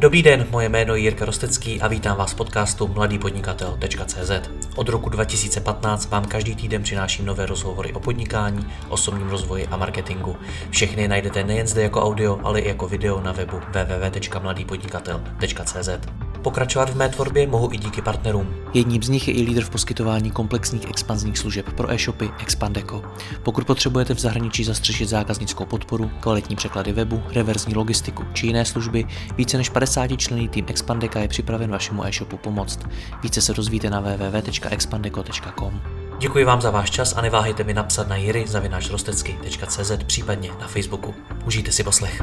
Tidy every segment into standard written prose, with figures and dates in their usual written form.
Dobrý den, moje jméno je Jirka Rostecký a vítám vás v podcastu mladýpodnikatel.cz. Od roku 2015 vám každý týden přináším nové rozhovory o podnikání, osobním rozvoji a marketingu. Všechny najdete nejen zde jako audio, ale i jako video na webu www.mladýpodnikatel.cz. Pokračovat v mé tvorbě mohu i díky partnerům. Jedním z nich je i lídr v poskytování komplexních expanzních služeb pro e-shopy Expandeco. Pokud potřebujete v zahraničí zastřešit zákaznickou podporu, kvalitní překlady webu, reverzní logistiku či jiné služby, více než 50členný tým Expandeca je připraven vašemu e-shopu pomoct. Více se dozvíte na www.expandeco.com. Děkuji vám za váš čas a neváhejte mi napsat na jiry@rostecky.cz, případně na Facebooku. Užijte si poslech.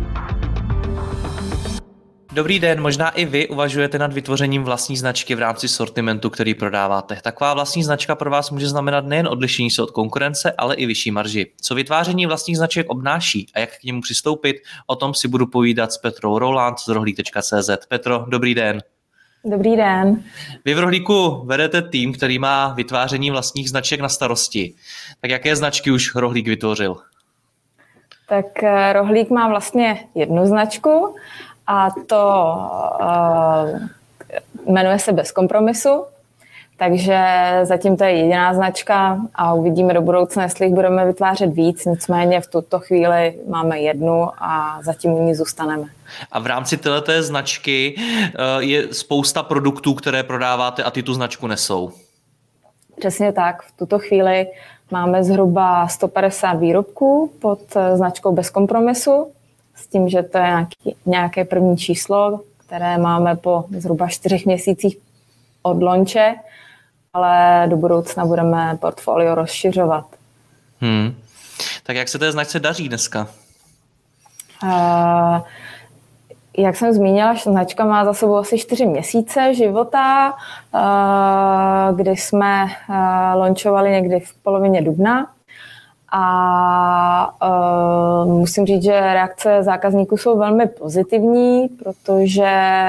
Dobrý den, možná i vy uvažujete nad vytvořením vlastní značky v rámci sortimentu, který prodáváte. Taková vlastní značka pro vás může znamenat nejen odlišení se od konkurence, ale i vyšší marži. Co vytváření vlastních značek obnáší a jak k němu přistoupit, o tom si budu povídat s Petrou Roland z rohlík.cz. Petro, dobrý den. Dobrý den. Vy v Rohlíku vedete tým, který má vytváření vlastních značek na starosti. Tak jaké značky už Rohlík vytvořil? Tak Rohlík má vlastně jednu značku, a to jmenuje se Bez kompromisu, takže zatím to je jediná značka a uvidíme do budoucna, jestli jich budeme vytvářet víc, nicméně v tuto chvíli máme jednu a zatím u ní zůstaneme. A v rámci této značky je spousta produktů, které prodáváte a ty tu značku nesou. Přesně tak, v tuto chvíli máme zhruba 150 výrobků pod značkou Bez kompromisu, s tím, že to je nějaké první číslo, které máme po zhruba 4 měsících od launche, ale do budoucna budeme portfolio rozšiřovat. Tak jak se té značce daří dneska? Jak jsem zmínila, značka má za sebou asi 4 měsíce života, kdy jsme launchovali někdy v polovině dubna. A musím říct, že reakce zákazníků jsou velmi pozitivní, protože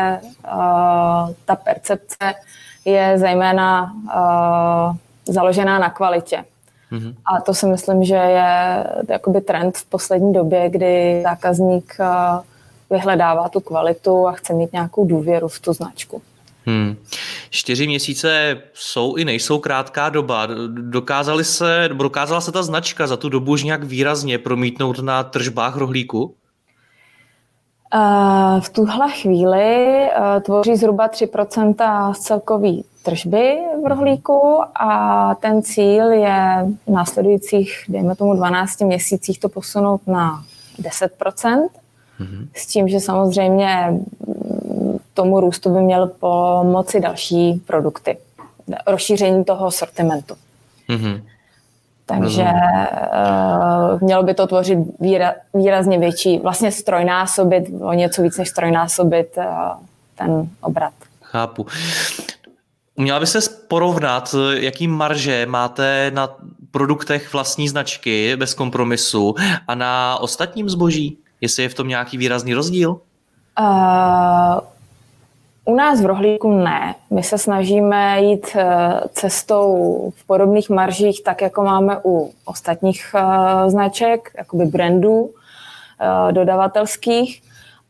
ta percepce je zejména založená na kvalitě. Mm-hmm. A to si myslím, že je jakoby trend v poslední době, kdy zákazník vyhledává tu kvalitu a chce mít nějakou důvěru v tu značku. 4 měsíce jsou i nejsou krátká doba. Dokázala se ta značka za tu dobu už nějak výrazně promítnout na tržbách Rohlíku? V tuhle chvíli tvoří zhruba 3% z celkové tržby v Rohlíku a ten cíl je v následujících, dejme tomu 12 měsících to posunout na 10%. S tím, že samozřejmě tomu růstu by měl pomoci další produkty, rozšíření toho sortimentu. Takže mělo by to tvořit výrazně větší, vlastně strojnásobit, o něco víc než strojnásobit ten obrat. Chápu. Uměla by se porovnat, jaký marže máte na produktech vlastní značky Bez kompromisu a na ostatním zboží? Jestli je v tom nějaký výrazný rozdíl? U nás v Rohlíku ne. My se snažíme jít cestou v podobných maržích, tak jako máme u ostatních značek, jakoby brandů dodavatelských.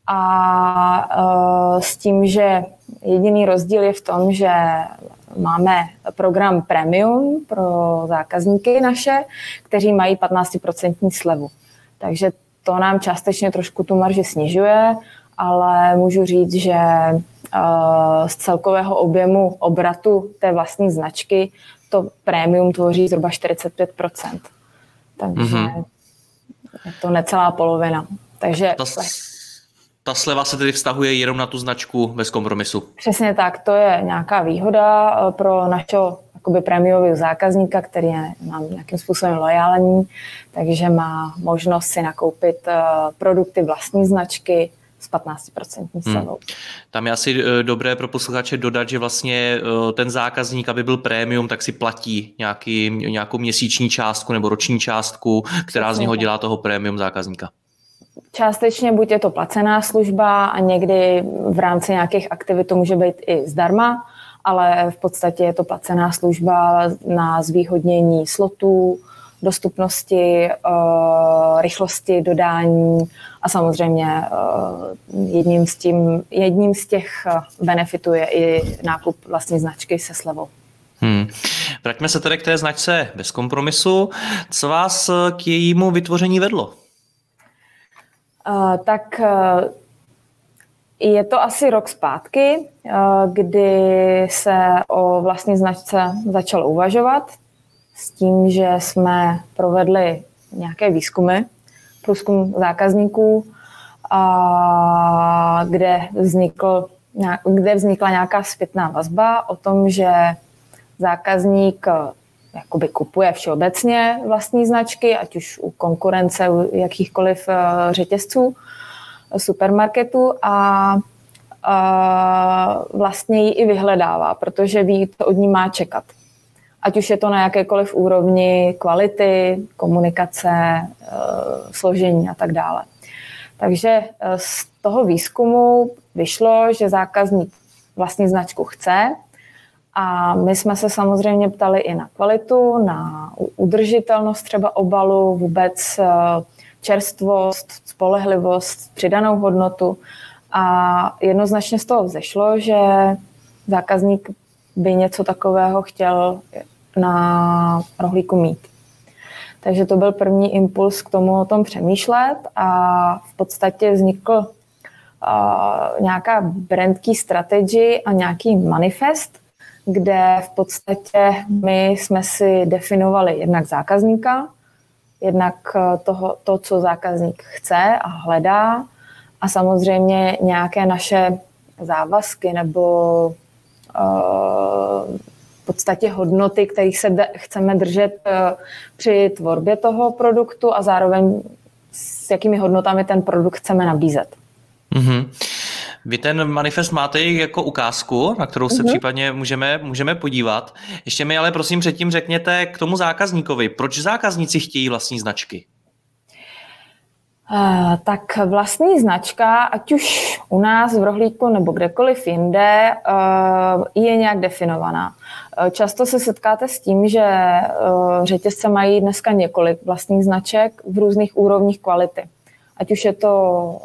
A s tím, že jediný rozdíl je v tom, že máme program Premium pro zákazníky naše, kteří mají 15% slevu. Takže to nám částečně trošku tu marži snižuje, ale můžu říct, že z celkového objemu obratu té vlastní značky to prémium tvoří zhruba 45%. Takže je to necelá polovina. Takže ta sleva se tedy vztahuje jenom na tu značku Bez kompromisu. Přesně tak, to je nějaká výhoda pro našeho jakoby prémiového zákazníka, který je nám nějakým způsobem loajální, takže má možnost si nakoupit produkty vlastní značky s 15% slevou. Tam je asi dobré pro posluchače dodat, že vlastně ten zákazník, aby byl prémium, tak si platí nějakou měsíční částku nebo roční částku, která z něho dělá toho prémium zákazníka. Částečně buď je to placená služba a někdy v rámci nějakých aktivit to může být i zdarma, ale v podstatě je to placená služba na zvýhodnění slotů, dostupnosti, rychlosti dodání a samozřejmě jedním z těch benefitů je i nákup vlastní značky se slevou. Vraťme se tedy k té značce Bez kompromisu. Co vás k jejímu vytvoření vedlo? Tak je to asi rok zpátky, kdy se o vlastní značce začalo uvažovat s tím, že jsme provedli nějaké výzkumy, průzkum zákazníků, kde vznikla nějaká zpětná vazba o tom, že zákazník jakoby kupuje všeobecně vlastní značky, ať už u konkurence, u jakýchkoliv řetězců, supermarketů a vlastně ji i vyhledává, protože ví, co od ní má čekat. Ať už je to na jakékoliv úrovni kvality, komunikace, složení a tak dále. Takže z toho výzkumu vyšlo, že zákazník vlastní značku chce a my jsme se samozřejmě ptali i na kvalitu, na udržitelnost třeba obalu, vůbec čerstvost, spolehlivost, přidanou hodnotu a jednoznačně z toho vzešlo, že zákazník by něco takového chtěl na rohlíku mít. Takže to byl první impuls k tomu o tom přemýšlet a v podstatě vznikl nějaká brand key strategy a nějaký manifest, kde v podstatě my jsme si definovali jednak zákazníka, jednak to, co zákazník chce a hledá a samozřejmě nějaké naše závazky nebo v podstatě hodnoty, kterých se chceme držet při tvorbě toho produktu a zároveň s jakými hodnotami ten produkt chceme nabízet. Mm-hmm. Vy ten manifest máte jako ukázku, na kterou se případně můžeme podívat. Ještě mi ale prosím předtím řekněte k tomu zákazníkovi, proč zákazníci chtějí vlastní značky? Tak vlastní značka, ať už u nás v rohlíku nebo kdekoliv jinde, je nějak definovaná. Často se setkáte s tím, že řetězce mají dneska několik vlastních značek v různých úrovních kvality. Ať už je to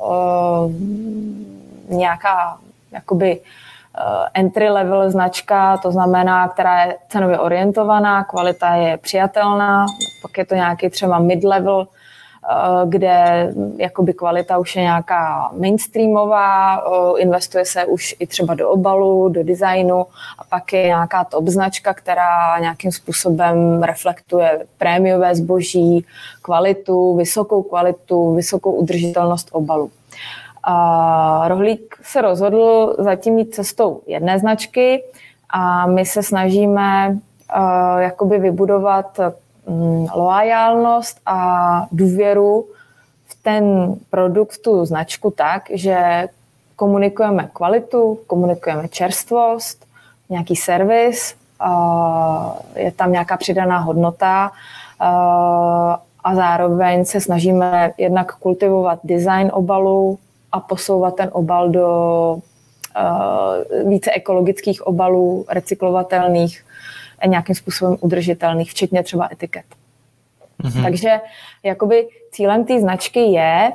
nějaká jakoby entry level značka, to znamená, která je cenově orientovaná, kvalita je přijatelná, pak je to nějaký třeba mid level, kde jakoby kvalita už je nějaká mainstreamová, investuje se už i třeba do obalu, do designu a pak je nějaká top značka, která nějakým způsobem reflektuje prémiové zboží, kvalitu, vysokou udržitelnost obalu. Rohlík se rozhodl zatím jít cestou jedné značky a my se snažíme jakoby vybudovat loajálnost a důvěru v ten produkt, tu značku tak, že komunikujeme kvalitu, komunikujeme čerstvost, nějaký servis, je tam nějaká přidaná hodnota a zároveň se snažíme jednak kultivovat design obalu a posouvat ten obal do více ekologických obalů, recyklovatelných, nějakým způsobem udržitelných, včetně třeba etiket. Mm-hmm. Takže jakoby cílem té značky je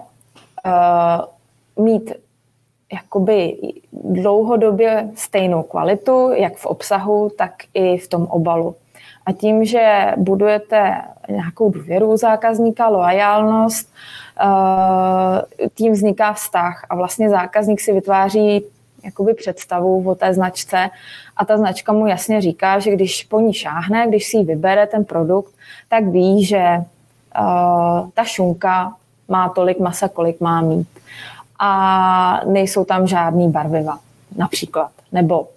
mít jakoby dlouhodobě stejnou kvalitu, jak v obsahu, tak i v tom obalu. A tím, že budujete nějakou důvěru u zákazníka, loajálnost, tím vzniká vztah a vlastně zákazník si vytváří jakoby představu o té značce a ta značka mu jasně říká, že když po ní šáhne, když si ji vybere ten produkt, tak ví, že ta šunka má tolik masa, kolik má mít. A nejsou tam žádný barviva, například. Nebo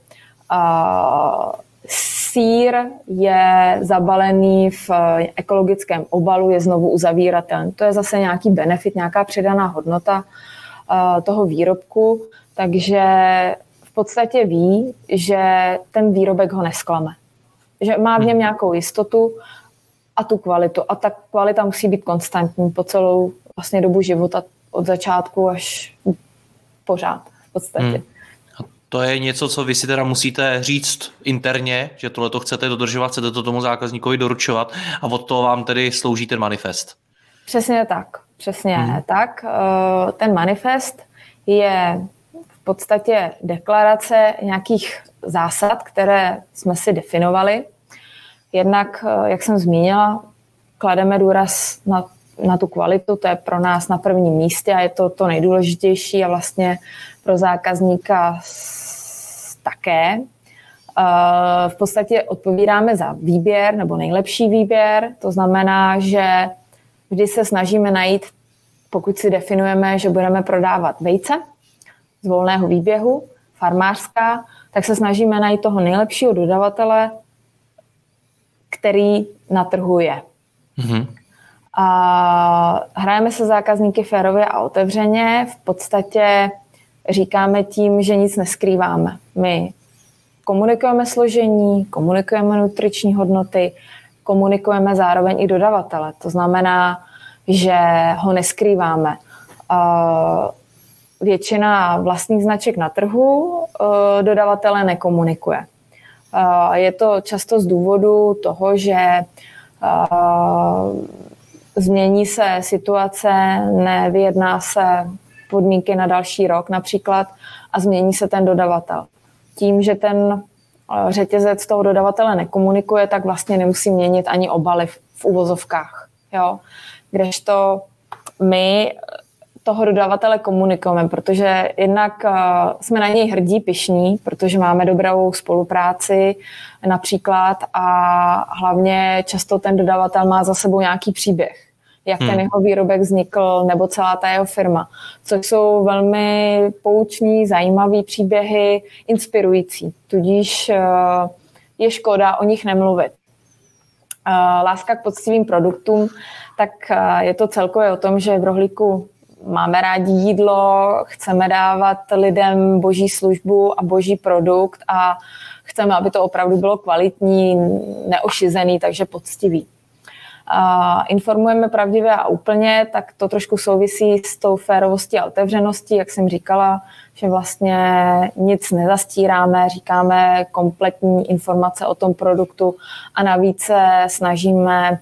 sýr je zabalený v ekologickém obalu, je znovu uzavíratelný. To je zase nějaký benefit, nějaká přidaná hodnota toho výrobku, takže v podstatě ví, že ten výrobek ho nesklame. Že má v něm nějakou jistotu a tu kvalitu. A ta kvalita musí být konstantní po celou vlastně dobu života od začátku až pořád v podstatě. To je něco, co vy si teda musíte říct interně, že tohle to chcete dodržovat, chcete to tomu zákazníkovi doručovat a od toho vám tedy slouží ten manifest. Přesně tak. Ten manifest je v podstatě deklarace nějakých zásad, které jsme si definovali. Jednak, jak jsem zmínila, klademe důraz na tu kvalitu, to je pro nás na prvním místě a je to nejdůležitější a vlastně pro zákazníka také. V podstatě odpovídáme za výběr nebo nejlepší výběr, to znamená, že vždy se snažíme najít, pokud si definujeme, že budeme prodávat vejce z volného výběhu, farmářská, tak se snažíme najít toho nejlepšího dodavatele, který na trhu je. Mm-hmm. A hrajeme se zákazníky férově a otevřeně. V podstatě říkáme tím, že nic neskrýváme. My komunikujeme složení, komunikujeme nutriční hodnoty, komunikujeme zároveň i dodavatele. To znamená, že ho neskrýváme. Většina vlastních značek na trhu dodavatele nekomunikuje. Je to často z důvodu toho, že změní se situace, nevyjedná se podmínky na další rok například a změní se ten dodavatel. Tím, že ten řetězec toho dodavatele nekomunikuje, tak vlastně nemusí měnit ani obaly v uvozovkách. Jo? Kdežto my toho dodavatele komunikujeme, protože jednak jsme na něj hrdí, pyšní, protože máme dobrou spolupráci například a hlavně často ten dodavatel má za sebou nějaký příběh, jak ten jeho výrobek vznikl nebo celá ta jeho firma, což jsou velmi pouční, zajímavý příběhy, inspirující, tudíž je škoda o nich nemluvit. Láska k poctivým produktům, tak je to celkově o tom, že v rohlíku máme rádi jídlo, chceme dávat lidem boží službu a boží produkt a chceme, aby to opravdu bylo kvalitní, neošizený, takže poctivý. Informujeme pravdivě a úplně, tak to trošku souvisí s tou férovostí a otevřeností, jak jsem říkala, že vlastně nic nezastíráme, říkáme kompletní informace o tom produktu a navíc se snažíme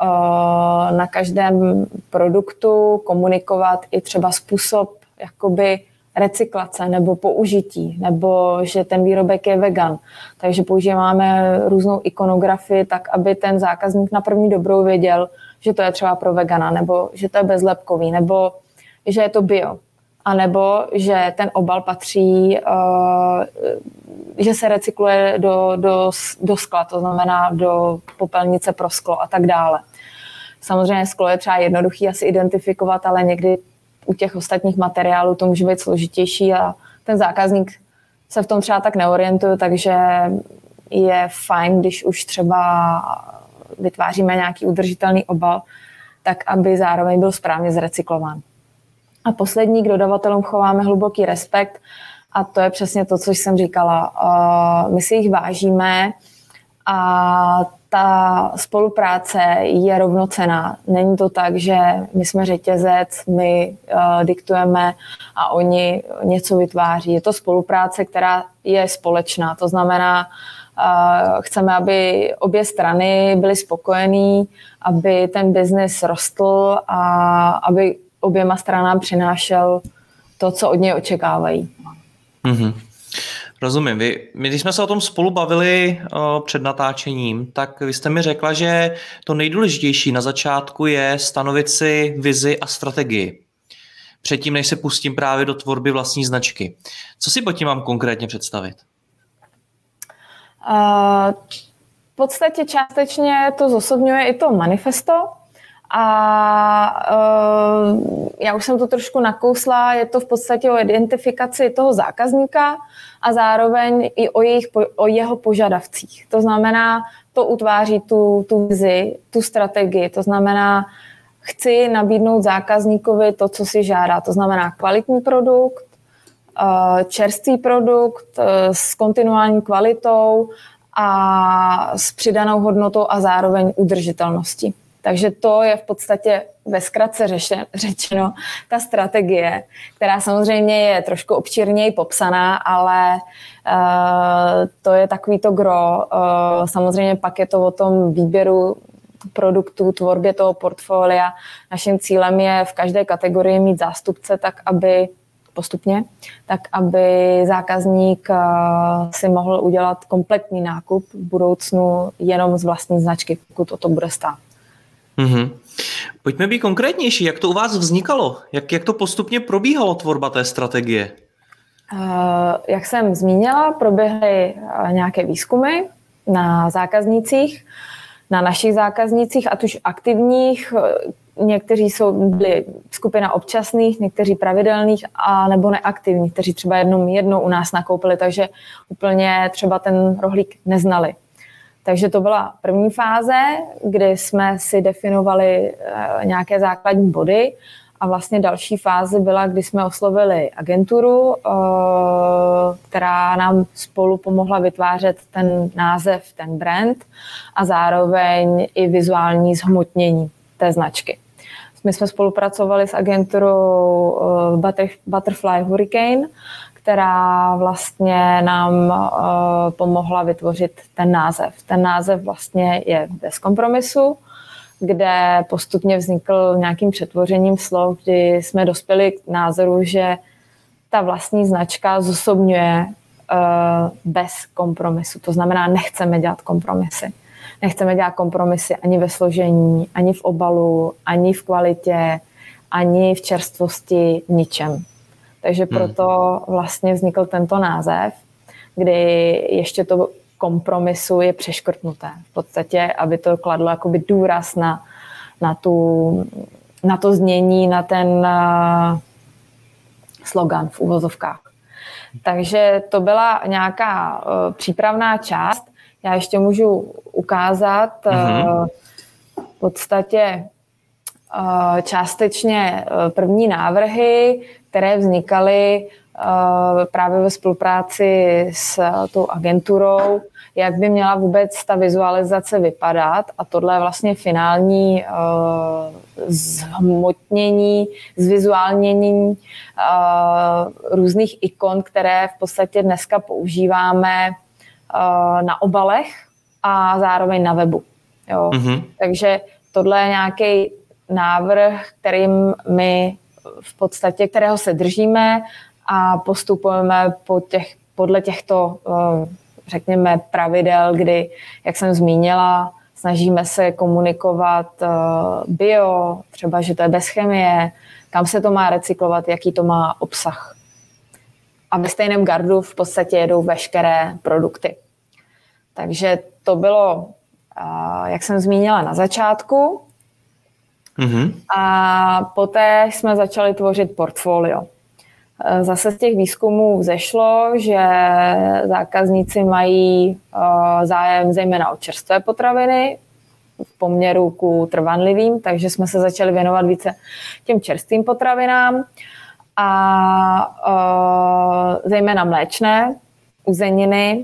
na každém produktu komunikovat i třeba způsob jakoby recyklace nebo použití, nebo že ten výrobek je vegan. Takže používáme různou ikonografii tak, aby ten zákazník na první dobrou věděl, že to je třeba pro vegana, nebo že to je bezlepkový, nebo že je to bio. A nebo že ten obal patří, že se recykluje do skla, to znamená do popelnice pro sklo a tak dále. Samozřejmě sklo je třeba jednoduchý asi identifikovat, ale někdy u těch ostatních materiálů to může být složitější a ten zákazník se v tom třeba tak neorientuje, takže je fajn, když už třeba vytváříme nějaký udržitelný obal, tak aby zároveň byl správně zrecyklován. A poslední, k dodavatelům chováme hluboký respekt a to je přesně to, co jsem říkala. My si jich vážíme a ta spolupráce je rovnocenná. Není to tak, že my jsme řetězec, my diktujeme a oni něco vytváří. Je to spolupráce, která je společná. To znamená, chceme, aby obě strany byly spokojený, aby ten biznis rostl a aby oběma stranám přinášel to, co od něj očekávají. Mm-hmm. Rozumím. My, když jsme se o tom spolu bavili před natáčením, tak vy jste mi řekla, že to nejdůležitější na začátku je stanovit si vizi a strategii. Předtím, než se pustím právě do tvorby vlastní značky. Co si pod tím mám konkrétně představit? V podstatě částečně to zosobňuje i to manifesto. A já už jsem to trošku nakousla, je to v podstatě o identifikaci toho zákazníka a zároveň i o jeho požadavcích. To znamená, to utváří tu vizi, tu strategii. To znamená, chci nabídnout zákazníkovi to, co si žádá. To znamená kvalitní produkt, čerstvý produkt s kontinuální kvalitou a s přidanou hodnotou a zároveň udržitelností. Takže to je v podstatě ve zkratce řečeno ta strategie, která samozřejmě je trošku obšírněji popsaná, ale to je takový to gro. Samozřejmě pak je to o tom výběru produktů, tvorbě toho portfolia. Naším cílem je v každé kategorii mít zástupce tak, aby zákazník si mohl udělat kompletní nákup v budoucnu jenom z vlastní značky, pokud o to bude stát. Mm-hmm. Pojďme být konkrétnější, jak to u vás vznikalo? Jak to postupně probíhalo tvorba té strategie? Jak jsem zmínila, proběhly nějaké výzkumy na zákaznících, na našich zákaznících, ať už aktivních, někteří byli skupina občasných, někteří pravidelných a nebo neaktivních, kteří třeba jednou u nás nakoupili, takže úplně třeba ten rohlík neznali. Takže to byla první fáze, kdy jsme si definovali nějaké základní body a vlastně další fáze byla, kdy jsme oslovili agenturu, která nám spolu pomohla vytvářet ten název, ten brand a zároveň i vizuální zhmotnění té značky. My jsme spolupracovali s agenturou Butterfly Hurricane, která vlastně nám pomohla vytvořit ten název. Ten název vlastně je bez kompromisu, kde postupně vznikl nějakým přetvořením slov, kdy jsme dospěli k názoru, že ta vlastní značka zosobňuje bez kompromisu. To znamená, nechceme dělat kompromisy. Nechceme dělat kompromisy ani ve složení, ani v obalu, ani v kvalitě, ani v čerstvosti, v ničem. Takže proto vlastně vznikl tento název, kdy ještě to kompromisu je přeškrtnuté. V podstatě, aby to kladlo jakoby důraz na to znění, na ten slogan v uvozovkách. Takže to byla nějaká přípravná část. Já ještě můžu ukázat v podstatě částečně první návrhy, které vznikaly právě ve spolupráci s tou agenturou, jak by měla vůbec ta vizualizace vypadat. A tohle je vlastně finální zhmotnění, zvizuálnění různých ikon, které v podstatě dneska používáme na obalech a zároveň na webu. Jo. Takže tohle je nějaký návrh, kterým my v podstatě, kterého se držíme a postupujeme podle těchto, řekněme, pravidel, kdy, jak jsem zmínila, snažíme se komunikovat bio, třeba, že to je bez chemie, kam se to má recyklovat, jaký to má obsah. A ve stejném gardu v podstatě jedou veškeré produkty. Takže to bylo, jak jsem zmínila na začátku. A poté jsme začali tvořit portfolio. Zase z těch výzkumů vzešlo, že zákazníci mají zájem zejména o čerstvé potraviny v poměru ku trvanlivým, takže jsme se začali věnovat více těm čerstvým potravinám a zejména mléčné, uzeniny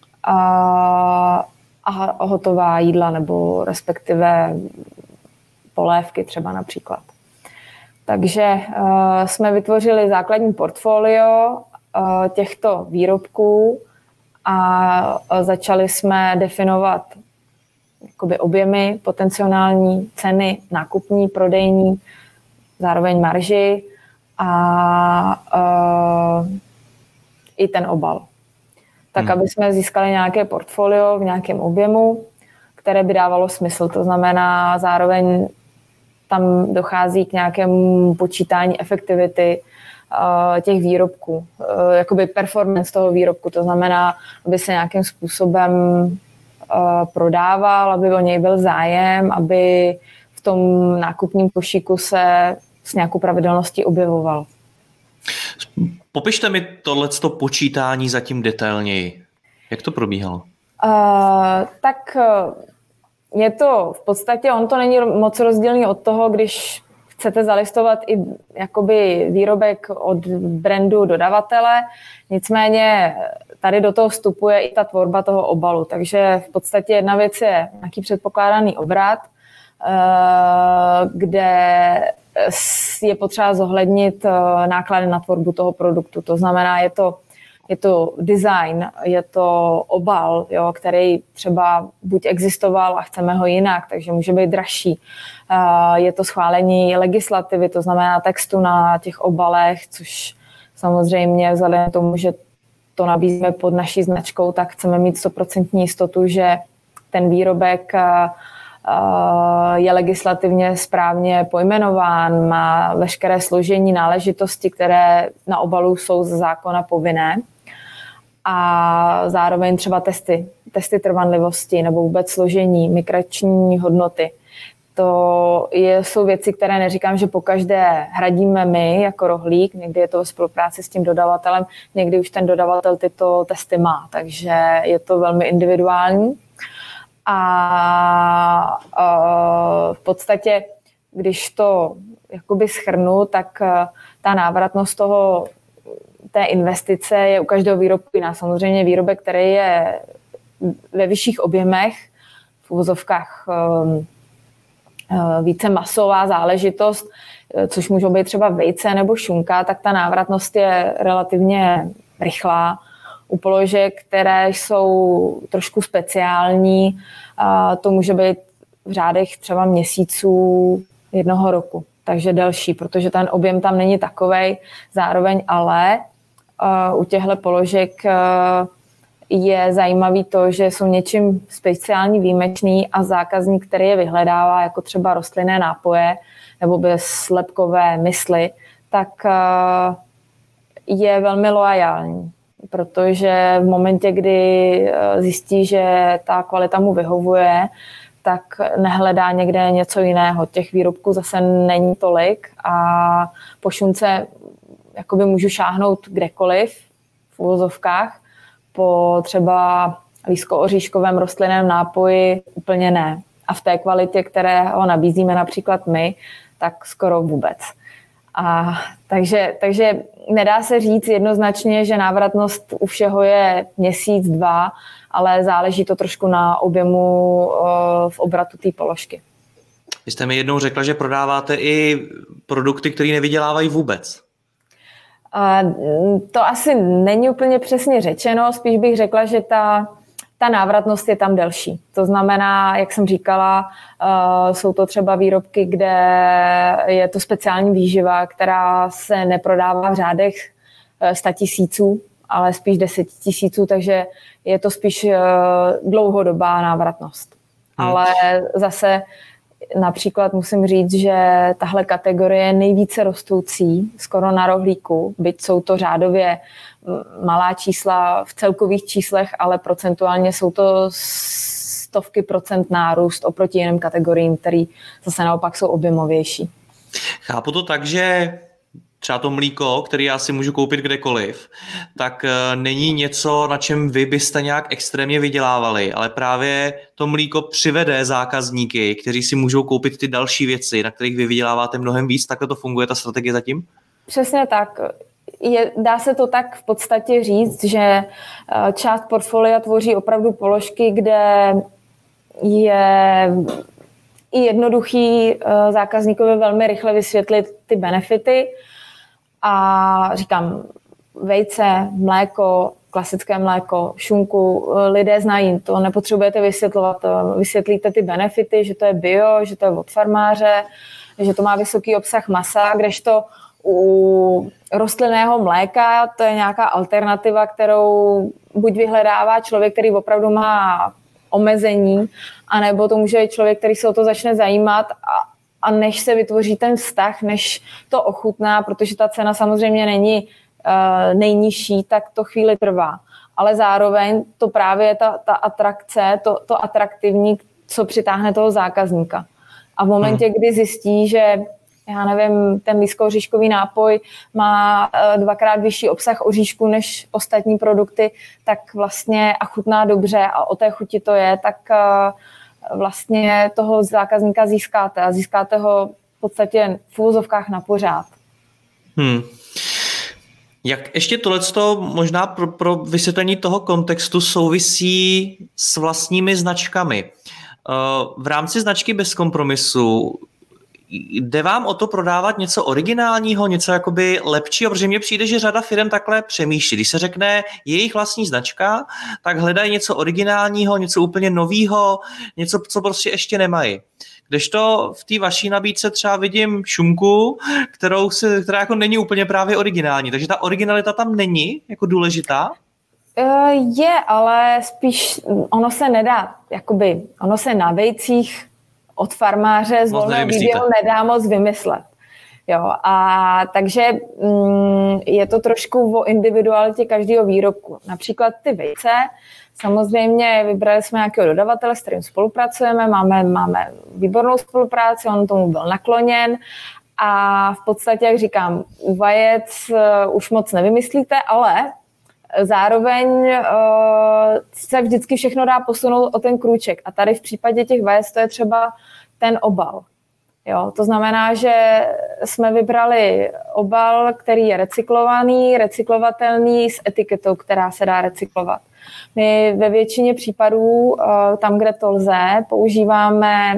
a hotová jídla nebo respektive polévky třeba například. Takže jsme vytvořili základní portfolio těchto výrobků a začali jsme definovat jakoby objemy, potenciální ceny, nákupní, prodejní, zároveň marži a i ten obal. Tak, aby jsme získali nějaké portfolio v nějakém objemu, které by dávalo smysl. To znamená, zároveň tam dochází k nějakému počítání efektivity těch výrobků, jakoby performance toho výrobku. To znamená, aby se nějakým způsobem prodával, aby o něj byl zájem, aby v tom nákupním košíku se s nějakou pravidelností objevoval. Popište mi tohleto počítání zatím detailněji. Jak to probíhalo? Tak je to v podstatě, on to není moc rozdílný od toho, když chcete zalistovat i jakoby výrobek od brandu dodavatele, nicméně tady do toho vstupuje i ta tvorba toho obalu, takže v podstatě jedna věc je nějaký předpokládaný obrat, kde je potřeba zohlednit náklady na tvorbu toho produktu. To znamená, je to design, je to obal, jo, který třeba buď existoval a chceme ho jinak, takže může být dražší. Je to schválení legislativy, to znamená textu na těch obalech, což samozřejmě vzhledem k tomu, že to nabízíme pod naší značkou, tak chceme mít 100% jistotu, že ten výrobek je legislativně správně pojmenován, má veškeré složení, náležitosti, které na obalu jsou ze zákona povinné. A zároveň třeba testy trvanlivosti nebo vůbec složení, migrační hodnoty. To jsou věci, které neříkám, že pokaždé hradíme my jako Rohlík, někdy je to ve spolupráci s tím dodavatelem, někdy už ten dodavatel tyto testy má, takže je to velmi individuální. A v podstatě, když to jakoby shrnu, tak ta návratnost té investice je u každého výrobku jiná. Samozřejmě výrobek, který je ve vyšších objemech, v uvozovkách více masová záležitost, což můžou být třeba vejce nebo šunka, tak ta návratnost je relativně rychlá. U položek, které jsou trošku speciální, to může být v řádech třeba měsíců, 1 roku, takže delší, protože ten objem tam není takovej. Zároveň ale u těchto položek je zajímavý to, že jsou něčím speciální výjimečný a zákazník, který je vyhledává, jako třeba rostlinné nápoje nebo bezlepkové mysli, tak je velmi loajální. Protože v momentě, kdy zjistí, že ta kvalita mu vyhovuje, tak nehledá někde něco jiného. Těch výrobků zase není tolik a po šunce jakoby můžu šáhnout kdekoliv v uvozovkách, po třeba lískooříškovém rostlinném nápoji úplně ne. A v té kvalitě, které ho nabízíme například my, tak skoro vůbec. Takže nedá se říct jednoznačně, že návratnost u všeho je měsíc, 2, ale záleží to trošku na objemu v obratu té položky. Vy jste mi jednou řekla, že prodáváte i produkty, které nevydělávají vůbec. To asi není úplně přesně řečeno, spíš bych řekla, že ta návratnost je tam delší. To znamená, jak jsem říkala, jsou to třeba výrobky, kde je to speciální výživa, která se neprodává v řádech 100 000, ale spíš 10 000, takže je to spíš dlouhodobá návratnost. Ale zase například musím říct, že tahle kategorie je nejvíce rostoucí skoro na Rohlíku, byť jsou to řádově malá čísla v celkových číslech, ale procentuálně jsou to stovky procent nárůst oproti jiným kategoriím, které zase naopak jsou objemovější. Chápu to tak, že třeba to mlíko, který já si můžu koupit kdekoliv, tak není něco, na čem vy byste nějak extrémně vydělávali, ale právě to mlíko přivede zákazníky, kteří si můžou koupit ty další věci, na kterých vy vyděláváte mnohem víc. Takhle to funguje ta strategie zatím? Přesně tak. Dá se to tak v podstatě říct, že část portfolia tvoří opravdu položky, kde je i jednoduchý zákazníkovi velmi rychle vysvětlit ty benefity. A říkám, vejce, mléko, klasické mléko, šunku, lidé znají, to nepotřebujete vysvětlovat. Vysvětlíte ty benefity, že to je bio, že to je od farmáře, že to má vysoký obsah masa, kdežto u rostlinného mléka to je nějaká alternativa, kterou buď vyhledává člověk, který opravdu má omezení, anebo to může být člověk, který se o to začne zajímat a než se vytvoří ten vztah, než to ochutná, protože ta cena samozřejmě není nejnižší, tak to chvíli trvá. Ale zároveň to právě je ta atrakce, to atraktivní, co přitáhne toho zákazníka. A v momentě, kdy zjistí, že já nevím, ten lískooříškový nápoj má 2x vyšší obsah oříšku než ostatní produkty, tak vlastně a chutná dobře a o té chuti to je, tak vlastně toho zákazníka získáte a získáte ho v podstatě v uvozovkách na pořád. Jak ještě tohleto možná pro vysvětlení toho kontextu souvisí s vlastními značkami? V rámci značky Bez kompromisu jde vám o to prodávat něco originálního, něco jakoby lepšího, protože mně přijde, že řada firm takhle přemýšlí. Když se řekne jejich vlastní značka, tak hledají něco originálního, něco úplně novýho, něco, co prostě ještě nemají. Kdežto v té vaší nabídce třeba vidím šunku, která jako není úplně právě originální, takže ta originalita tam není jako důležitá? Je, ale spíš ono se nedá, ono se na vejcích od farmáře z volného výběru nedá moc vymyslet. Jo, a takže je to trošku o individualitě každého výrobku. Například ty vejce, samozřejmě vybrali jsme nějakého dodavatele, s kterým spolupracujeme, máme výbornou spolupráci, on tomu byl nakloněn a v podstatě, jak říkám, u vajec už moc nevymyslíte, ale zároveň se vždycky všechno dá posunout o ten krůček. A tady v případě těch vajec to je třeba ten obal. Jo, to znamená, že jsme vybrali obal, který je recyklovaný, recyklovatelný s etiketou, která se dá recyklovat. My ve většině případů, tam, kde to lze, používáme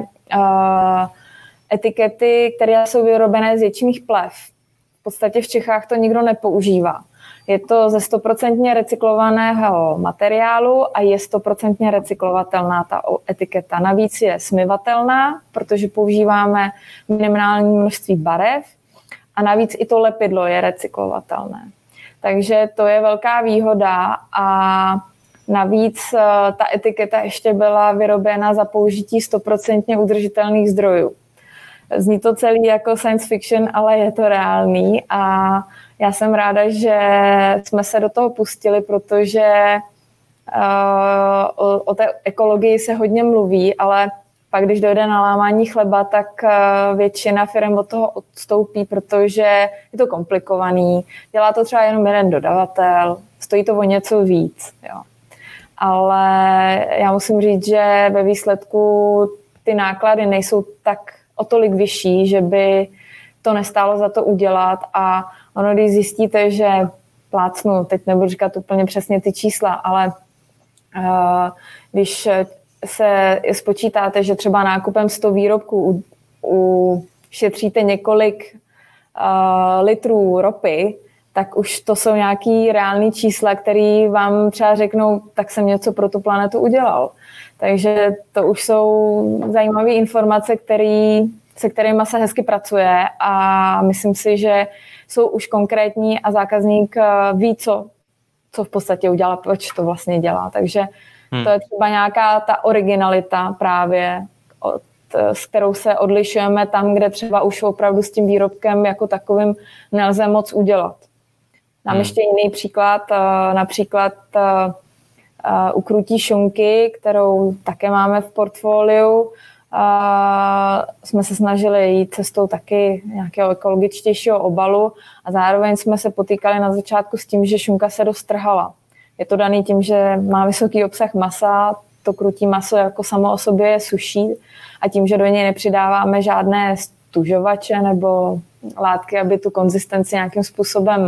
etikety, které jsou vyrobené z ječních plev. V podstatě v Čechách to nikdo nepoužívá. Je to ze 100% recyklovaného materiálu a je 100% recyklovatelná ta etiketa. Navíc je smyvatelná, protože používáme minimální množství barev a navíc i to lepidlo je recyklovatelné. Takže to je velká výhoda a navíc ta etiketa ještě byla vyrobena za použití 100% udržitelných zdrojů. Zní to celý jako science fiction, ale je to reálný a já jsem ráda, že jsme se do toho pustili, protože o té ekologii se hodně mluví, ale pak, když dojde na lámání chleba, tak většina firm od toho odstoupí, protože je to komplikovaný. Dělá to třeba jenom jeden dodavatel, stojí to o něco víc. Jo. Ale já musím říct, že ve výsledku ty náklady nejsou tak o tolik vyšší, že by to nestálo za to udělat a ono, když zjistíte, že plácnu, teď nebudu říkat úplně přesně ty čísla, ale když se spočítáte, že třeba nákupem 100 výrobků ušetříte několik litrů ropy, tak už to jsou nějaký reální čísla, které vám třeba řeknou, tak jsem něco pro tu planetu udělal. Takže to už jsou zajímavé informace, se kterými se hezky pracuje a myslím si, že jsou už konkrétní a zákazník ví, co v podstatě udělá, proč to vlastně dělá. Takže to je třeba nějaká ta originalita právě, s kterou se odlišujeme tam, kde třeba už opravdu s tím výrobkem jako takovým nelze moc udělat. Mám ještě jiný příklad, například u krutí šunky, kterou také máme v portfoliu. Jsme se snažili jít cestou taky nějakého ekologičtějšího obalu a zároveň jsme se potýkali na začátku s tím, že šunka se dost trhala. Je to daný tím, že má vysoký obsah masa, to krutí maso jako samo o sobě je suší a tím, že do něj nepřidáváme žádné stužovače nebo látky, aby tu konzistenci nějakým způsobem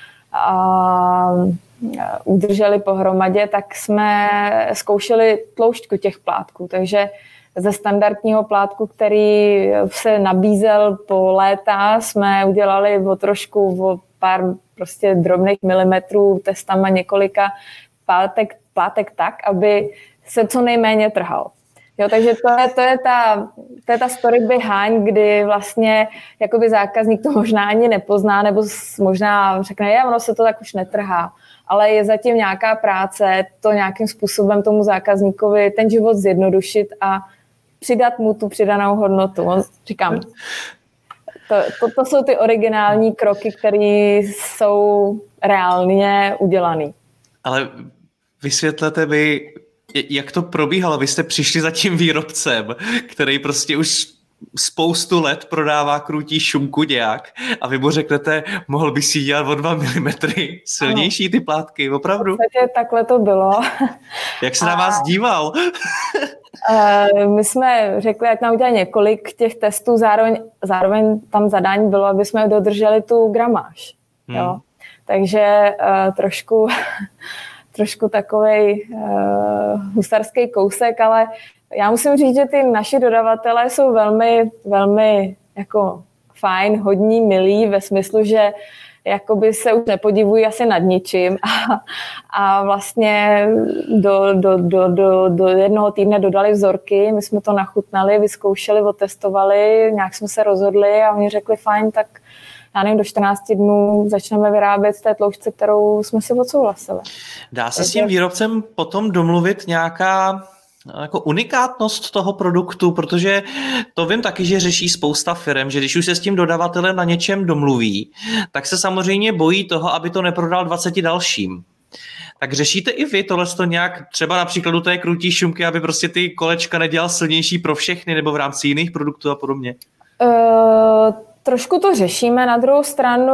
udrželi pohromadě, tak jsme zkoušeli tloušťku těch plátků. Takže ze standardního plátku, který se nabízel po léta, jsme udělali o pár prostě drobných milimetrů testama několika plátek tak, aby se co nejméně trhal. Jo, takže to je ta story behind, kdy vlastně jakoby zákazník to možná ani nepozná, nebo možná řekne, ono se to tak už netrhá, ale je zatím nějaká práce to nějakým způsobem tomu zákazníkovi ten život zjednodušit a přidat mu tu přidanou hodnotu. Říkám, to jsou ty originální kroky, které jsou reálně udělané. Ale vysvětlete mi, jak to probíhalo? Vy jste přišli za tím výrobcem, který prostě už spoustu let prodává krutí šunku nějak a vy mu řeknete, mohl by si dělat o 2 mm silnější ty plátky, opravdu? V podstatě takhle to bylo. Jak se na vás díval? My jsme řekli, ať nám udělali několik těch testů, zároveň tam zadání bylo, aby jsme dodrželi tu gramáž. Jo? Takže trošku takovej husarský kousek, ale Já musím říct, že ty naši dodavatelé jsou velmi, velmi jako fajn, hodní, milí ve smyslu, že jakoby se už nepodivují asi nad ničím a vlastně do jednoho týdne dodali vzorky, my jsme to nachutnali, vyzkoušeli, otestovali, nějak jsme se rozhodli a oni řekli fajn, tak já nevím, do 14 dnů začneme vyrábět z té tloušťce, kterou jsme si odsouhlasili. Dá se s tím výrobcem potom domluvit nějaká jako unikátnost toho produktu, protože to vím taky, že řeší spousta firem, že když už se s tím dodavatelem na něčem domluví, tak se samozřejmě bojí toho, aby to neprodal 20 dalším. Tak řešíte i vy tohleto nějak, třeba na příkladu té krutí šumky, aby prostě ty kolečka nedělal silnější pro všechny, nebo v rámci jiných produktů a podobně? Trošku to řešíme, na druhou stranu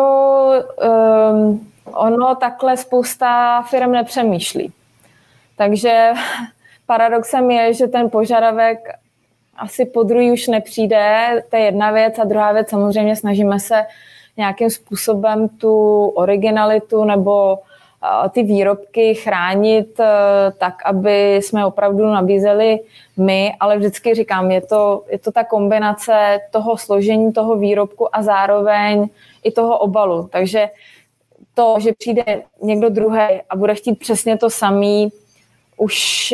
ono takhle spousta firm nepřemýšlí. Takže paradoxem je, že ten požadavek asi podruhý už nepřijde, to je jedna věc a druhá věc, samozřejmě snažíme se nějakým způsobem tu originalitu nebo ty výrobky chránit tak, aby jsme opravdu nabízeli my, ale vždycky říkám, je to ta kombinace toho složení toho výrobku a zároveň i toho obalu. Takže to, že přijde někdo druhý a bude chtít přesně to samý, už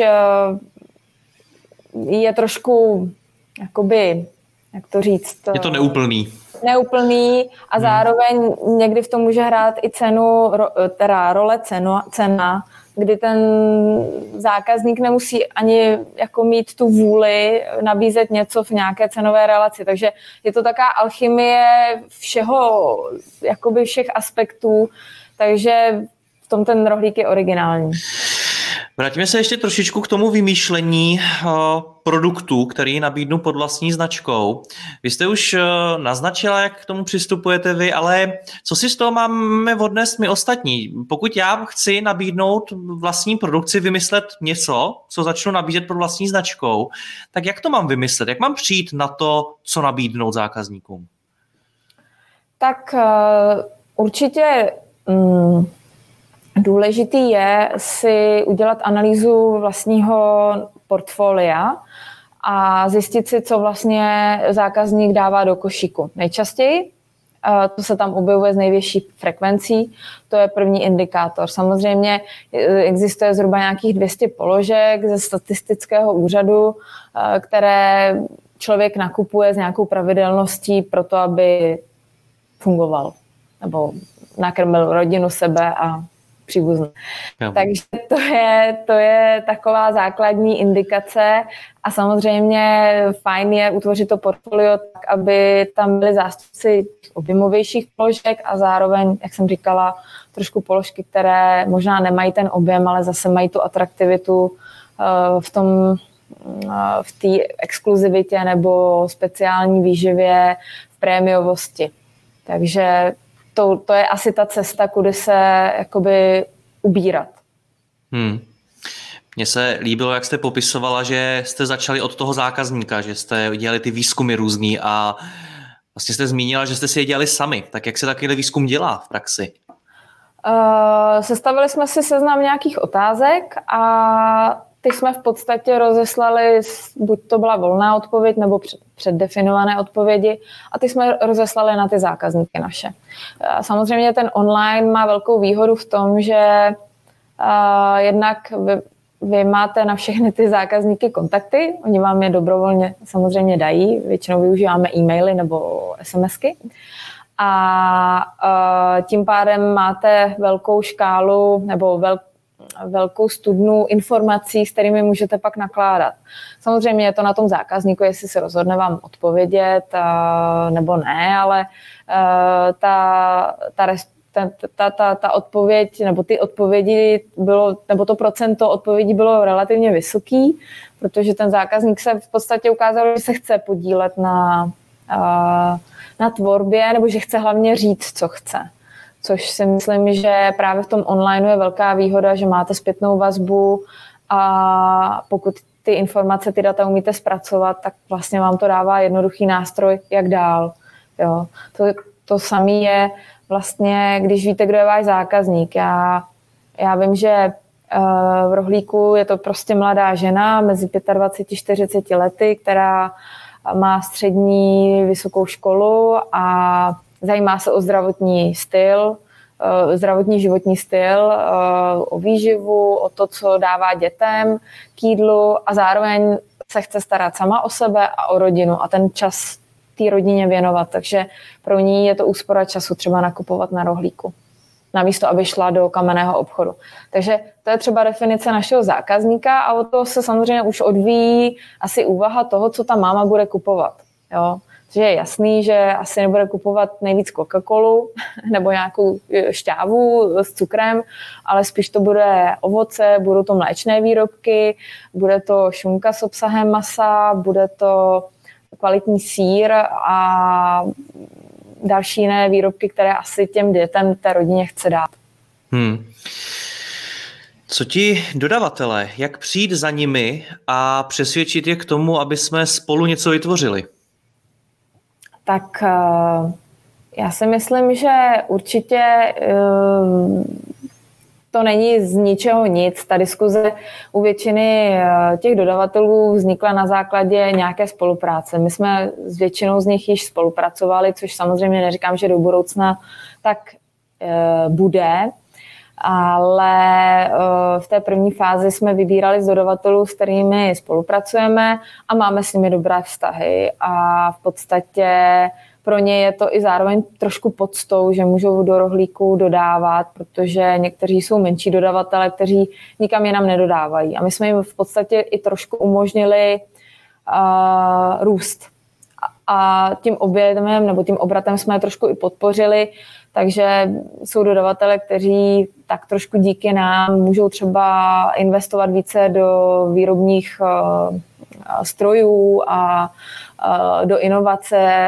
je trošku, jakoby, jak to říct? Je to neúplný. Neúplný a zároveň někdy v tom může hrát i role cena, kdy ten zákazník nemusí ani jako mít tu vůli nabízet něco v nějaké cenové relaci. Takže je to taková alchymie všeho, jakoby všech aspektů, takže v tom ten rohlík je originální. Vrátíme se ještě trošičku k tomu vymýšlení produktů, který nabídnu pod vlastní značkou. Vy jste už naznačila, jak k tomu přistupujete vy, ale co si z toho máme odnést my ostatní? Pokud já chci nabídnout vlastní produkci, vymyslet něco, co začnu nabízet pod vlastní značkou, tak jak to mám vymyslet? Jak mám přijít na to, co nabídnout zákazníkům? Tak určitě důležitý je si udělat analýzu vlastního portfolia a zjistit si, co vlastně zákazník dává do košíku. Nejčastěji to se tam objevuje z největší frekvencí, to je první indikátor. Samozřejmě existuje zhruba nějakých 200 položek ze statistického úřadu, které člověk nakupuje s nějakou pravidelností pro to, aby fungoval nebo nakrmil rodinu, sebe a příbuzné. Takže to je taková základní indikace a samozřejmě fajn je utvořit to portfolio tak, aby tam byly zástupci objemovějších položek a zároveň, jak jsem říkala, trošku položky, které možná nemají ten objem, ale zase mají tu atraktivitu v té exkluzivitě nebo speciální výživě v prémiovosti. Takže to je asi ta cesta, kudy se jakoby ubírat. Mně se líbilo, jak jste popisovala, že jste začali od toho zákazníka, že jste dělali ty výzkumy různý a vlastně jste zmínila, že jste si je dělali sami. Tak jak se takovýhle výzkum dělá v praxi? Sestavili jsme si seznam nějakých otázek a ty jsme v podstatě rozeslali, buď to byla volná odpověď nebo předdefinované odpovědi a ty jsme rozeslali na ty zákazníky naše. Samozřejmě ten online má velkou výhodu v tom, že jednak vy máte na všechny ty zákazníky kontakty, oni vám je dobrovolně samozřejmě dají, většinou využíváme e-maily nebo SMSky a tím pádem máte velkou škálu nebo velkou studnu informací, s kterými můžete pak nakládat. Samozřejmě je to na tom zákazníku, jestli se rozhodne vám odpovědět nebo ne, ale ta odpověď nebo ty odpovědi bylo, nebo to procento odpovědí bylo relativně vysoký, protože ten zákazník se v podstatě ukázal, že se chce podílet na tvorbě nebo že chce hlavně říct, co chce. Což si myslím, že právě v tom online je velká výhoda, že máte zpětnou vazbu a pokud ty informace, ty data umíte zpracovat, tak vlastně vám to dává jednoduchý nástroj, jak dál. Jo. To samé je vlastně, když víte, kdo je váš zákazník. Já vím, že v rohlíku je to prostě mladá žena mezi 25-40 lety, která má střední vysokou školu a zajímá se o zdravotní životní styl, o výživu, o to, co dává dětem k jídlu a zároveň se chce starat sama o sebe a o rodinu a ten čas té rodině věnovat. Takže pro ní je to úspora času třeba nakupovat na rohlíku, namísto aby šla do kamenného obchodu. Takže to je třeba definice našeho zákazníka a od toho se samozřejmě už odvíjí asi úvaha toho, co ta máma bude kupovat. Jo? Takže je jasný, že asi nebude kupovat nejvíc Coca-Colu nebo nějakou šťávu s cukrem, ale spíš to bude ovoce, budou to mléčné výrobky, bude to šunka s obsahem masa, bude to kvalitní sýr a další jiné výrobky, které asi těm dětem té rodině chce dát. Co ti dodavatelé, jak přijít za nimi a přesvědčit je k tomu, aby jsme spolu něco vytvořili? Tak já si myslím, že určitě to není z ničeho nic. Ta diskuze u většiny těch dodavatelů vznikla na základě nějaké spolupráce. My jsme s většinou z nich již spolupracovali, což samozřejmě neříkám, že do budoucna tak bude, ale v té první fázi jsme vybírali z dodavatelů, s kterými spolupracujeme a máme s nimi dobré vztahy a v podstatě pro ně je to i zároveň trošku podstou, že můžou do rohlíku dodávat, protože někteří jsou menší dodavatelé, kteří nikam jinam nedodávají. A my jsme jim v podstatě i trošku umožnili růst. A tím objemem nebo tím obratem jsme je trošku i podpořili, takže jsou dodavatelé, kteří tak trošku díky nám můžou třeba investovat více do výrobních strojů a do inovace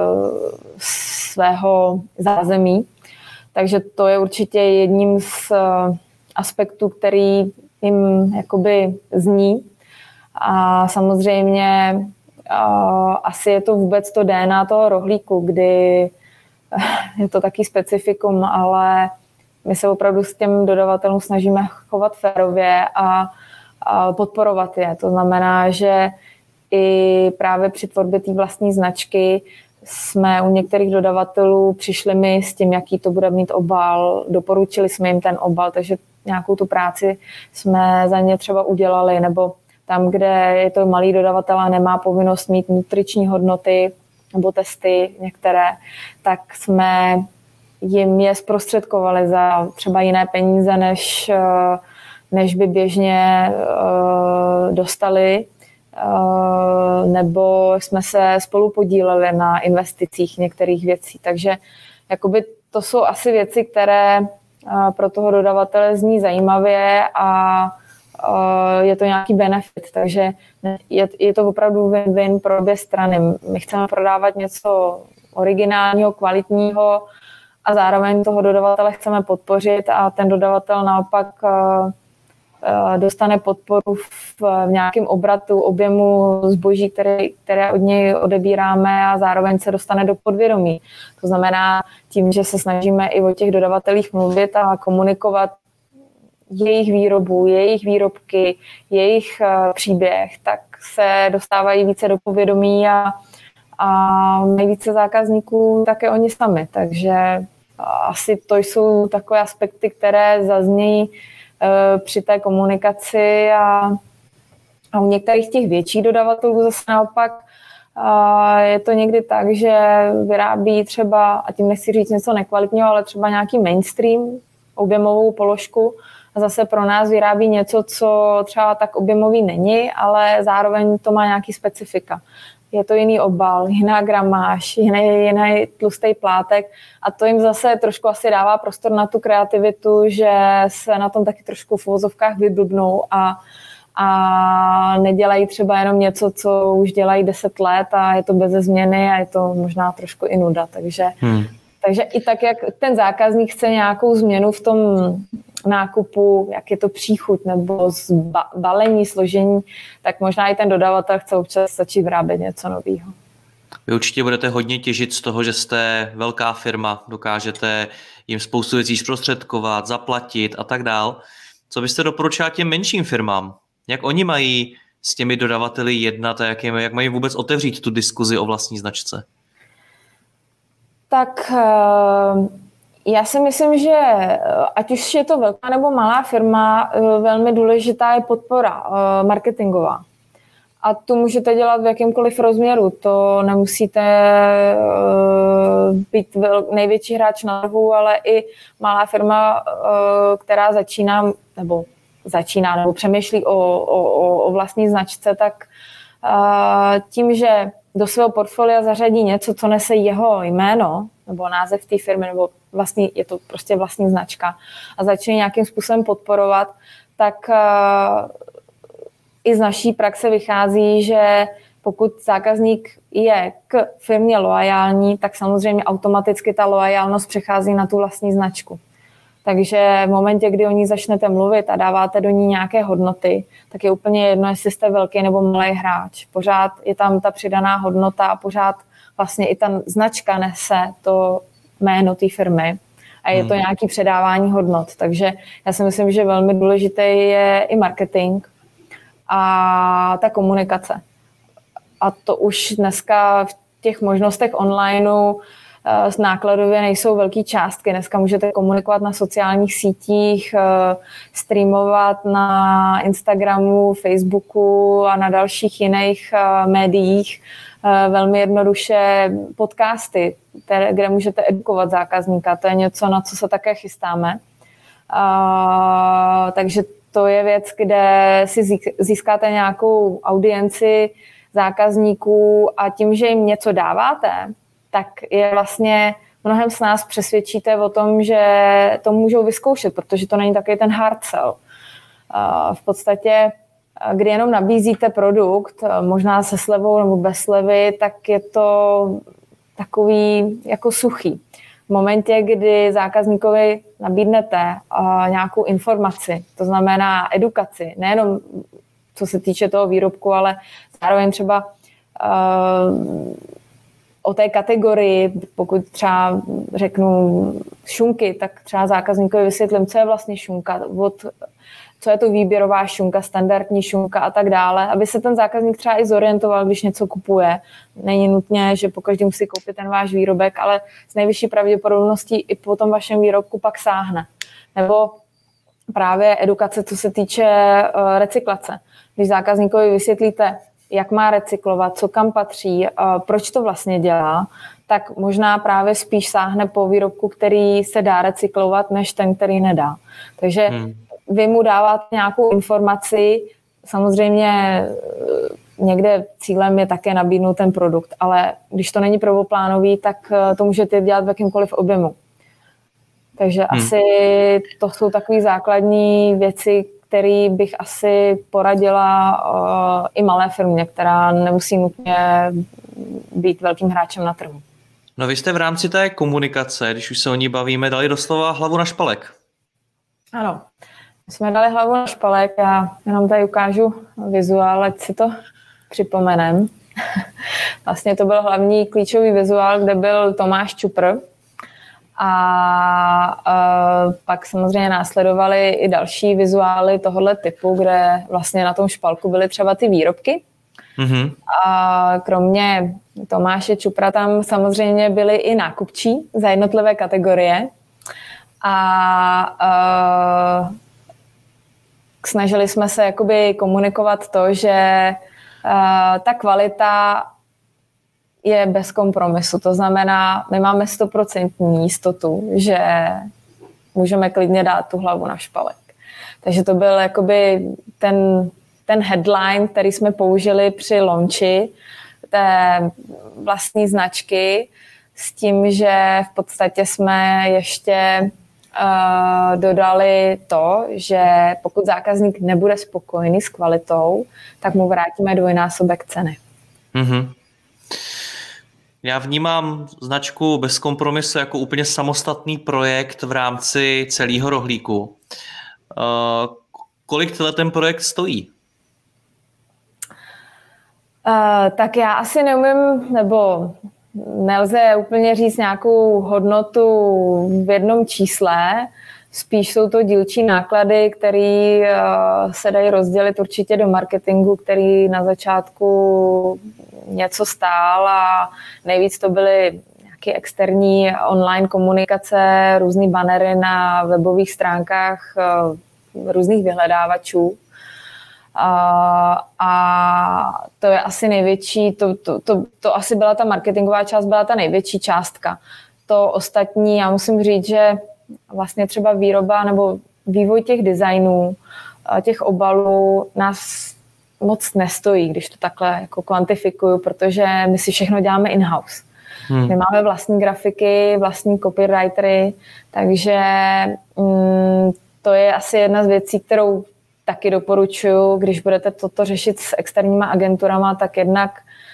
svého zázemí. Takže to je určitě jedním z aspektů, který jim jakoby zní. A samozřejmě asi je to vůbec to DNA toho rohlíku, kdy je to taky specifikum, ale my se opravdu s těm dodavatelům snažíme chovat férově a podporovat je. To znamená, že i právě při tvorbě té vlastní značky jsme u některých dodavatelů přišli my s tím, jaký to bude mít obal, doporučili jsme jim ten obal, takže nějakou tu práci jsme za ně třeba udělali, nebo tam, kde je to malý dodavatel a nemá povinnost mít nutriční hodnoty nebo testy některé, tak jsme jim je zprostředkovali za třeba jiné peníze, než by běžně dostali, nebo jsme se spolu podíleli na investicích některých věcí. Takže jakoby to jsou asi věci, které pro toho dodavatele zní zajímavě a je to nějaký benefit, takže je to opravdu win-win pro obě strany. My chceme prodávat něco originálního, kvalitního a zároveň toho dodavatele chceme podpořit a ten dodavatel naopak dostane podporu v nějakém obratu, objemu zboží, které od něj odebíráme a zároveň se dostane do podvědomí. To znamená tím, že se snažíme i o těch dodavatelích mluvit a komunikovat jejich výrobu, jejich výrobky, jejich příběh, tak se dostávají více do povědomí a nejvíce zákazníků také oni sami. Takže asi to jsou takové aspekty, které zaznějí při té komunikaci a u některých těch větších dodavatelů zase naopak je to někdy tak, že vyrábí třeba, a tím nechci říct něco nekvalitního, ale třeba nějaký mainstream, objemovou položku a zase pro nás vyrábí něco, co třeba tak objemový není, ale zároveň to má nějaký specifika. Je to jiný obal, jiná gramáž, jiný tlustý plátek a to jim zase trošku asi dává prostor na tu kreativitu, že se na tom taky trošku v uvozovkách vyblbnou a nedělají třeba jenom něco, co už dělají 10 let a je to beze změny a je to možná trošku i nuda. Takže i tak, jak ten zákazník chce nějakou změnu v tom nákupu, jak je to příchuť nebo balení, složení, tak možná i ten dodavatel chce občas začít vyrábět něco nového. Vy určitě budete hodně těžit z toho, že jste velká firma, dokážete jim spoustu věcí zprostředkovat, zaplatit a tak dál. Co byste doporučila těm menším firmám? Jak oni mají s těmi dodavateli jednat a jak mají vůbec otevřít tu diskuzi o vlastní značce? Tak já si myslím, že ať už je to velká nebo malá firma, velmi důležitá je podpora marketingová. A tu můžete dělat v jakýmkoliv rozměru. To nemusíte být největší hráč na trhu, ale i malá firma, která začíná nebo přemýšlí o vlastní značce, tak tím, že do svého portfolia zařadí něco, co nese jeho jméno, nebo název té firmy, nebo je to prostě vlastní značka a začne nějakým způsobem podporovat, tak i z naší praxe vychází, že pokud zákazník je k firmě loajální, tak samozřejmě automaticky ta loajálnost přechází na tu vlastní značku. Takže v momentě, kdy o ní začnete mluvit a dáváte do ní nějaké hodnoty, tak je úplně jedno, jestli jste velký nebo malý hráč. Pořád je tam ta přidaná hodnota a pořád vlastně i ta značka nese to jméno té firmy a je to nějaké předávání hodnot. Takže já si myslím, že velmi důležitý je i marketing a ta komunikace. A to už dneska v těch možnostech onlineu nákladově nejsou velké částky. Dneska můžete komunikovat na sociálních sítích, streamovat na Instagramu, Facebooku a na dalších jiných médiích. Velmi jednoduše podcasty, kde můžete edukovat zákazníka. To je něco, na co se také chystáme. Takže to je věc, kde si získáte nějakou audienci zákazníků a tím, že jim něco dáváte, tak je vlastně mnohem s nás přesvědčíte o tom, že to můžou vyzkoušet, protože to není takový ten hard sell. V podstatě, kdy jenom nabízíte produkt, možná se slevou nebo bez slevy, tak je to takový jako suchý. V momentě, kdy zákazníkovi nabídnete nějakou informaci, to znamená edukaci, nejenom co se týče toho výrobku, ale zároveň třeba o té kategorii, pokud třeba řeknu šunky, tak třeba zákazníkovi vysvětlím, co je vlastně šunka, co je to výběrová šunka, standardní šunka a tak dále, aby se ten zákazník třeba i zorientoval, když něco kupuje. Není nutně, že pokaždý musí koupit ten váš výrobek, ale s nejvyšší pravděpodobností i po tom vašem výrobku pak sáhne. Nebo právě edukace, co se týče recyklace. Když zákazníkovi vysvětlíte, jak má recyklovat, co kam patří, proč to vlastně dělá, tak možná právě spíš sáhne po výrobku, který se dá recyklovat, než ten, který nedá. Takže vy mu dáváte nějakou informaci, samozřejmě někde cílem je také nabídnout ten produkt, ale když to není prvoplánový, tak to můžete dělat v jakýmkoliv objemu. Takže asi to jsou takové základní věci, který bych asi poradila i malé firmě, která nemusí nutně být velkým hráčem na trhu. No vy jste v rámci té komunikace, když už se o ní bavíme, dali doslova hlavu na špalek. Ano, my jsme dali hlavu na špalek, já jenom tady ukážu vizuál, ať si to připomenem. Vlastně to byl hlavní klíčový vizuál, kde byl Tomáš Čupr, a pak samozřejmě následovaly i další vizuály tohoto typu, kde vlastně na tom špalku byly třeba ty výrobky. Mm-hmm. A kromě Tomáše Čupra tam samozřejmě byly i nákupčí za jednotlivé kategorie. A snažili jsme se jakoby komunikovat to, že ta kvalita je bez kompromisu. To znamená, my máme 100% jistotu, že můžeme klidně dát tu hlavu na špalek. Takže to byl jakoby ten headline, který jsme použili při launchi té vlastní značky s tím, že v podstatě jsme ještě dodali to, že pokud zákazník nebude spokojený s kvalitou, tak mu vrátíme dvojnásobek ceny. Mm-hmm. Já vnímám značku Bez kompromisu jako úplně samostatný projekt v rámci celého rohlíku. Kolik ten projekt stojí? Tak já asi neumím, nebo nelze úplně říct nějakou hodnotu v jednom čísle. Spíš jsou to dílčí náklady, které se dají rozdělit určitě do marketingu, který na začátku něco stál a nejvíc to byly nějaké externí online komunikace, různý bannery na webových stránkách různých vyhledávačů. A to je asi největší, to asi byla ta marketingová část, byla ta největší částka. To ostatní, já musím říct, že vlastně třeba výroba nebo vývoj těch designů, těch obalů nás moc nestojí, když to takhle jako kvantifikuju, protože my si všechno děláme in-house. My máme vlastní grafiky, vlastní copywritery, takže to je asi jedna z věcí, kterou taky doporučuji, když budete toto řešit s externíma agenturama, tak jednak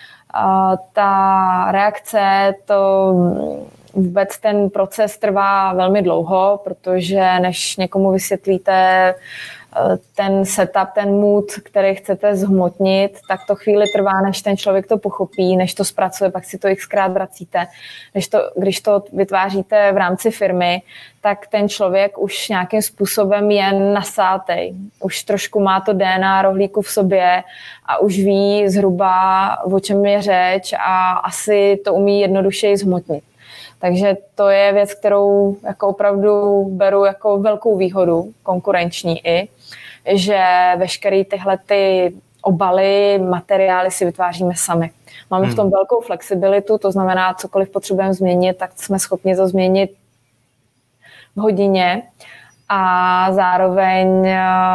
ta reakce, to vůbec ten proces trvá velmi dlouho, protože než někomu vysvětlíte ten setup, ten mood, který chcete zhmotnit, tak to chvíli trvá, než ten člověk to pochopí, než to zpracuje, pak si to xkrát vracíte. Když to vytváříte v rámci firmy, tak ten člověk už nějakým způsobem je nasátej. Už trošku má to DNA rohlíku v sobě a už ví zhruba, o čem je řeč a asi to umí jednodušeji zhmotnit. Takže to je věc, kterou jako opravdu beru jako velkou výhodu, konkurenční i, že veškeré tyhle ty obaly, materiály si vytváříme sami. Máme v tom velkou flexibilitu, to znamená, cokoliv potřebujeme změnit, tak jsme schopni to změnit v hodině a zároveň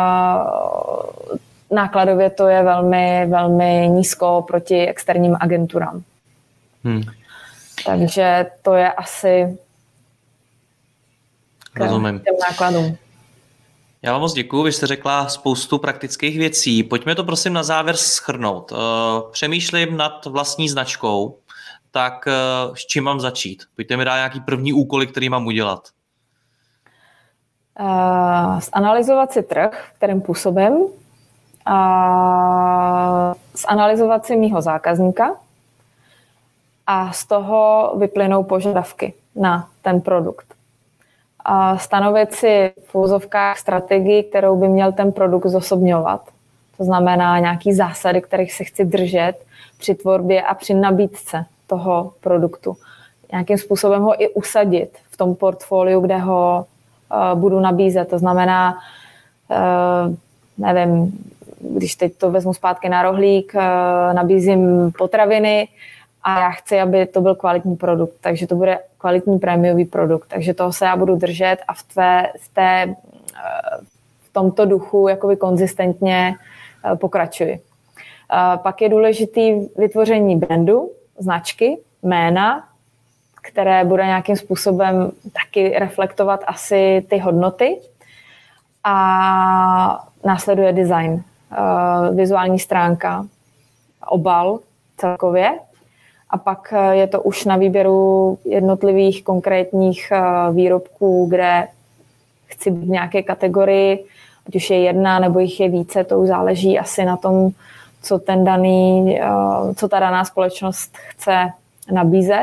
nákladově to je velmi, velmi nízko proti externím agenturám. Takže to je asi k těm nákladům. Já vám moc děkuju, vy jste řekla spoustu praktických věcí. Pojďme to prosím na závěr shrnout. Přemýšlím nad vlastní značkou, tak s čím mám začít? Pojďte mi dát nějaký první úkoly, který mám udělat. Zanalyzovat si trh, kterým působím, zanalyzovat si mýho zákazníka, a z toho vyplynou požadavky na ten produkt. A stanovit si v úzovkách strategii, kterou by měl ten produkt zosobňovat. To znamená nějaké zásady, kterých se chci držet při tvorbě a při nabídce toho produktu. Nějakým způsobem ho i usadit v tom portfoliu, kde ho budu nabízet. To znamená, nevím, když teď to vezmu zpátky na rohlík, nabízím potraviny, a já chci, aby to byl kvalitní produkt, takže to bude kvalitní prémiový produkt, takže toho se já budu držet a v tomto duchu jakoby konzistentně pokračuji. Pak je důležitý vytvoření brandu, značky, jména, které bude nějakým způsobem taky reflektovat asi ty hodnoty a následuje design, vizuální stránka, obal celkově. A pak je to už na výběru jednotlivých konkrétních výrobků, kde chci být v nějaké kategorii, ať už je jedna nebo jich je více, to už záleží asi na tom, co ta daná společnost chce nabízet.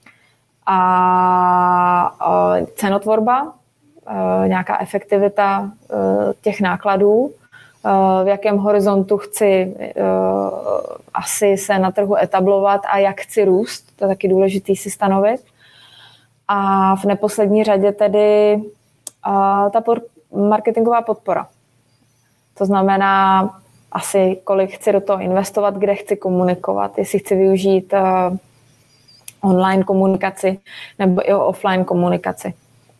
A cenotvorba, nějaká efektivita těch nákladů, v jakém horizontu chci asi se na trhu etablovat a jak chci růst, to je taky důležitý si stanovit. A v neposlední řadě tedy ta marketingová podpora. To znamená asi, kolik chci do toho investovat, kde chci komunikovat, jestli chci využít online komunikaci nebo i offline komunikaci.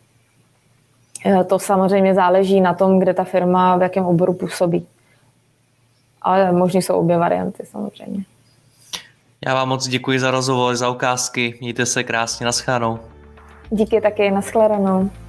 To samozřejmě záleží na tom, kde ta firma, v jakém oboru působí. Ale možná jsou obě varianty samozřejmě. Já vám moc děkuji za rozhovor, za ukázky. Mějte se krásně, nashledanou. Díky taky, nashledanou.